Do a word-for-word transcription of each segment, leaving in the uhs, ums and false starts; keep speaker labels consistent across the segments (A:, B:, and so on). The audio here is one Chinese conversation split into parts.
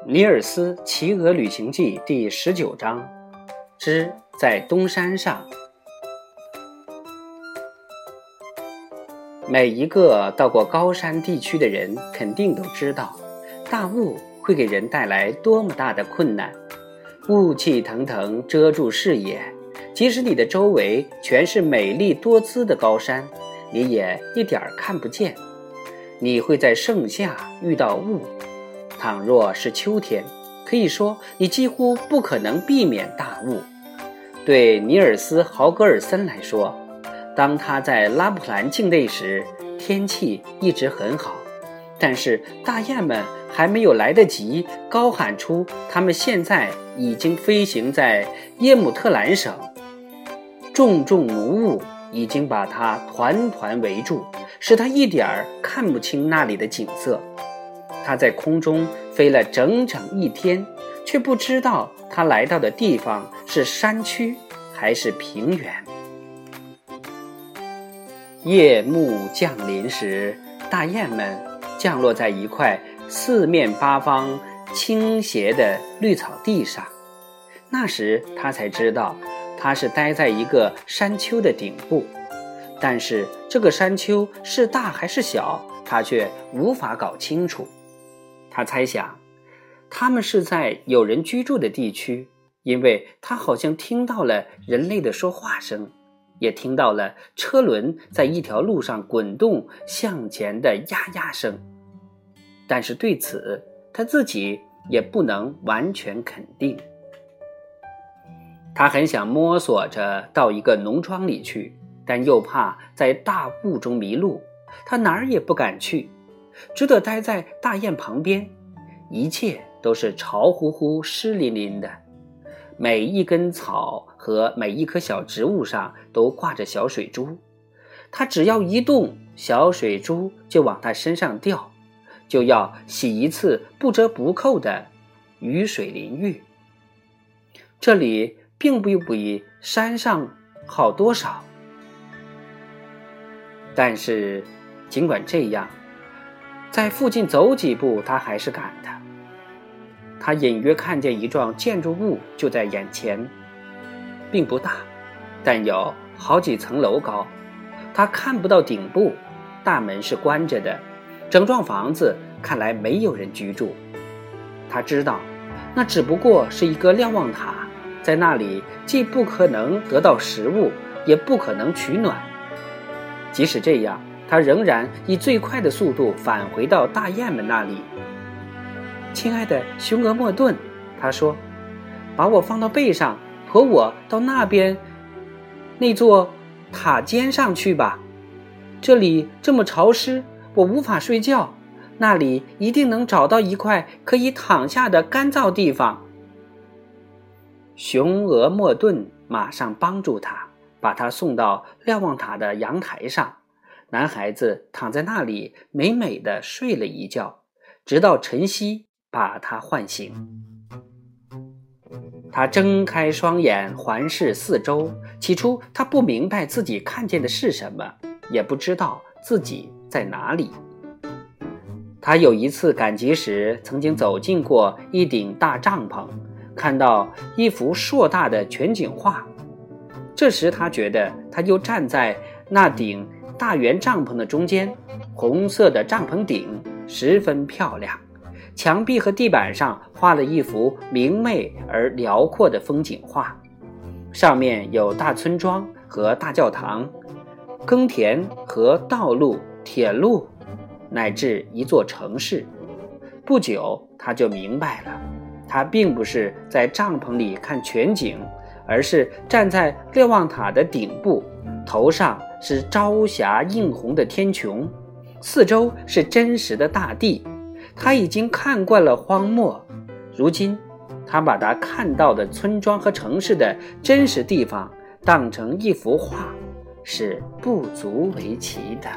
A: 尼尔斯骑鹅旅行记第十九章之在东山上。每一个到过高山地区的人肯定都知道，大雾会给人带来多么大的困难。雾气腾腾遮住视野，即使你的周围全是美丽多姿的高山，你也一点儿看不见。你会在盛夏遇到雾，倘若是秋天，可以说你几乎不可能避免大雾。对尼尔斯·豪格尔森来说，当他在拉普兰境内时，天气一直很好，但是大雁们还没有来得及高喊出他们现在已经飞行在耶姆特兰省，重重浓雾已经把他团团围住，使他一点儿看不清那里的景色。他在空中飞了整整一天，却不知道他来到的地方是山区还是平原。夜幕降临时，大雁们降落在一块四面八方倾斜的绿草地上。那时他才知道，他是待在一个山丘的顶部，但是这个山丘是大还是小，他却无法搞清楚。他猜想，他们是在有人居住的地区，因为他好像听到了人类的说话声，也听到了车轮在一条路上滚动向前的呀呀声。但是对此，他自己也不能完全肯定。他很想摸索着到一个农庄里去，但又怕在大雾中迷路，他哪儿也不敢去，只得待在大雁旁边。一切都是潮乎乎湿淋淋的，每一根草和每一棵小植物上都挂着小水珠，他只要一动，小水珠就往他身上掉，就要洗一次不折不扣的雨水淋浴。这里并不比山上好多少，但是尽管这样，在附近走几步他还是赶的。他隐约看见一幢建筑物就在眼前，并不大，但有好几层楼高。他看不到顶部，大门是关着的，整幢房子看来没有人居住。他知道那只不过是一个瞭望塔，在那里既不可能得到食物，也不可能取暖。即使这样，他仍然以最快的速度返回到大雁们那里。亲爱的雄鹅莫顿，他说，把我放到背上，驮我到那边那座塔尖上去吧。这里这么潮湿，我无法睡觉，那里一定能找到一块可以躺下的干燥地方。雄鹅莫顿马上帮助他，把他送到瞭望塔的阳台上。男孩子躺在那里美美地睡了一觉，直到晨曦把他唤醒。他睁开双眼环视四周，起初他不明白自己看见的是什么，也不知道自己在哪里。他有一次赶集时曾经走进过一顶大帐篷，看到一幅硕大的全景画。这时他觉得他又站在那顶大圆帐篷的中间，红色的帐篷顶十分漂亮，墙壁和地板上画了一幅明媚而辽阔的风景画，上面有大村庄和大教堂，耕田和道路、铁路，乃至一座城市。不久他就明白了，他并不是在帐篷里看全景，而是站在瞭望塔的顶部，头上是朝霞映红的天穹，四周是真实的大地。他已经看惯了荒漠，如今他把他看到的村庄和城市的真实地方当成一幅画，是不足为奇的。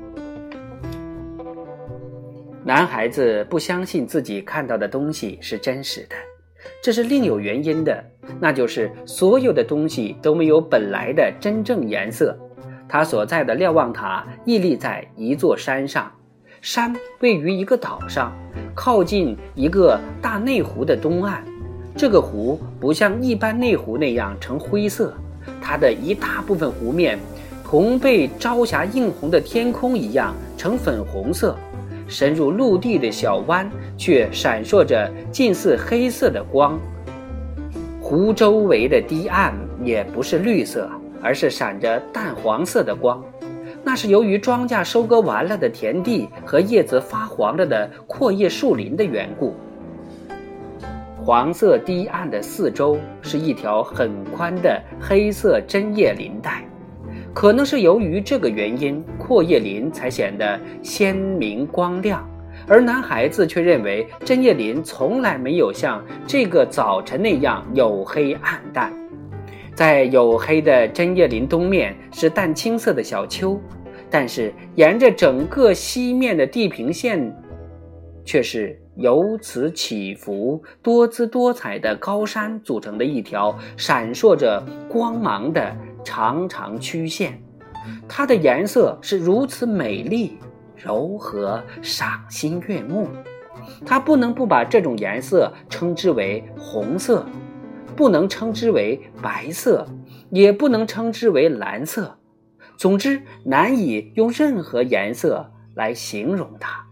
A: 男孩子不相信自己看到的东西是真实的，这是另有原因的，那就是所有的东西都没有本来的真正颜色。他所在的瞭望塔屹立在一座山上， 山位于一个岛上，靠近一个大内湖的东岸。这个湖不像一般内湖那样呈灰色，它的一大部分湖面同被朝霞映红的天空一样呈粉红色，深入陆地的小湾却闪烁着近似黑色的光。湖周围的堤岸也不是绿色，而是闪着淡黄色的光，那是由于庄稼收割完了的田地和叶子发黄了的阔叶树林的缘故。黄色堤岸的四周是一条很宽的黑色针叶林带，可能是由于这个原因，阔叶林才显得鲜明光亮，而男孩子却认为针叶林从来没有像这个早晨那样黝黑暗淡。在黝黑的针叶林东面是淡青色的小丘，但是沿着整个西面的地平线却是由此起伏多姿多彩的高山组成的一条闪烁着光芒的长长曲线，它的颜色是如此美丽柔和，赏心悦目。它不能不把这种颜色称之为红色，不能称之为白色，也不能称之为蓝色，总之难以用任何颜色来形容它。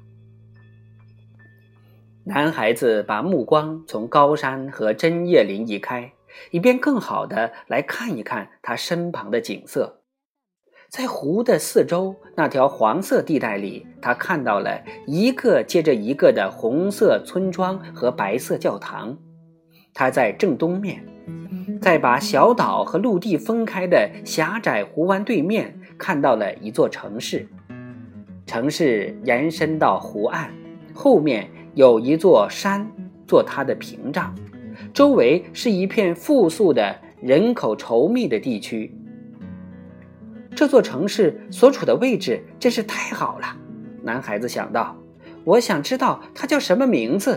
A: 男孩子把目光从高山和针叶林移开，以便更好地来看一看他身旁的景色。在湖的四周那条黄色地带里，他看到了一个接着一个的红色村庄和白色教堂。他在正东面，在把小岛和陆地分开的狭窄湖湾对面看到了一座城市。城市延伸到湖岸，后面有一座山做它的屏障，周围是一片富庶的人口稠密的地区。这座城市所处的位置真是太好了，男孩子想到，我想知道它叫什么名字。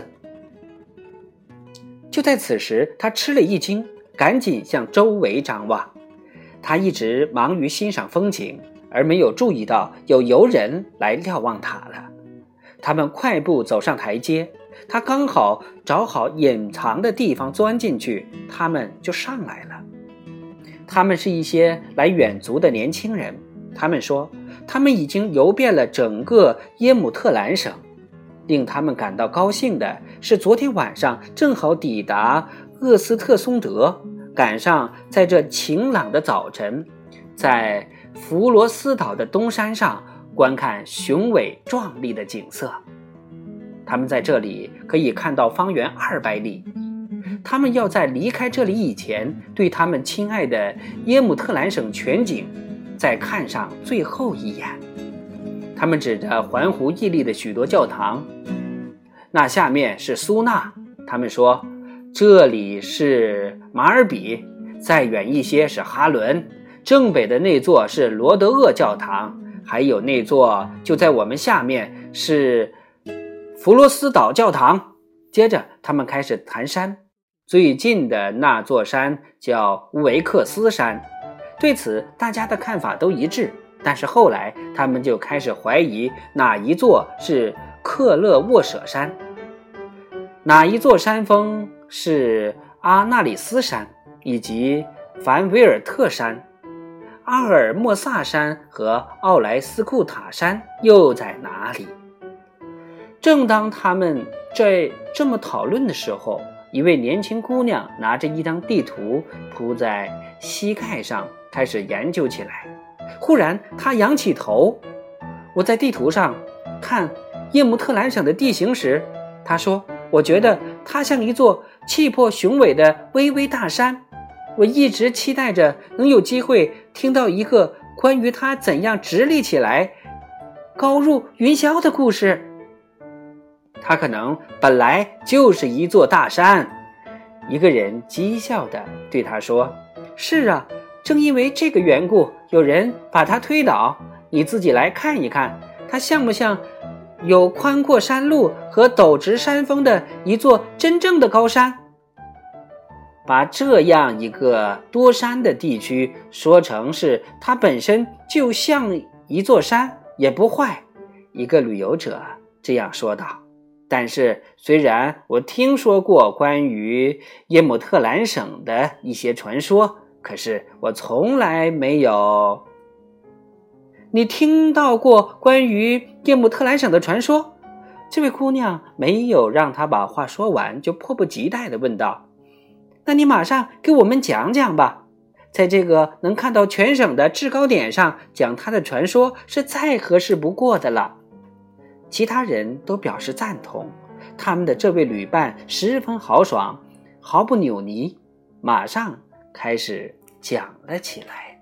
A: 就在此时，他吃了一惊，赶紧向周围张望。他一直忙于欣赏风景，而没有注意到有游人来瞭望他了。他们快步走上台阶，他刚好找好隐藏的地方钻进去，他们就上来了。他们是一些来远足的年轻人，他们说他们已经游遍了整个耶姆特兰省。令他们感到高兴的是，昨天晚上正好抵达厄斯特松德，赶上在这晴朗的早晨，在弗罗斯岛的东山上观看雄伟壮丽的景色。他们在这里可以看到方圆二百里。他们要在离开这里以前，对他们亲爱的耶姆特兰省全景再看上最后一眼。他们指着环湖屹立的许多教堂，那下面是苏纳，他们说这里是马尔比，再远一些是哈伦，正北的那座是罗德厄教堂，还有那座就在我们下面是弗罗斯岛教堂。接着他们开始谈山，最近的那座山叫乌维克斯山，对此大家的看法都一致，但是后来他们就开始怀疑哪一座是克勒沃舍山，哪一座山峰是阿纳里斯山，以及凡维尔特山，阿尔莫萨山和奥莱斯库塔山又在哪里？正当他们在这么讨论的时候，一位年轻姑娘拿着一张地图铺在膝盖上，开始研究起来。忽然她仰起头，我在地图上看耶姆特兰省的地形时，她说，我觉得它像一座气魄雄伟的巍巍大山。我一直期待着能有机会听到一个关于它怎样直立起来高入云霄的故事。它可能本来就是一座大山。一个人讥笑地对他说，是啊，正因为这个缘故，有人把它推倒。你自己来看一看，它像不像有宽阔山路和陡直山峰的一座真正的高山？把这样一个多山的地区说成是它本身就像一座山也不坏， 一个旅游者这样说道。但是虽然我听说过关于耶姆特兰省的一些传说，可是我从来没有……你听到过关于耶姆特兰省的传说？这位姑娘没有让他把话说完，就迫不及待地问道：那你马上给我们讲讲吧，在这个能看到全省的制高点上讲他的传说是再合适不过的了。其他人都表示赞同，他们的这位旅伴十分豪爽，毫不扭捏，马上开始讲了起来。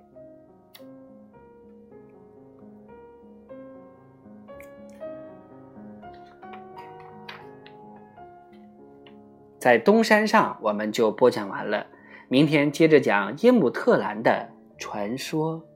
A: 在东山上我们就播讲完了，明天接着讲耶姆特兰的传说。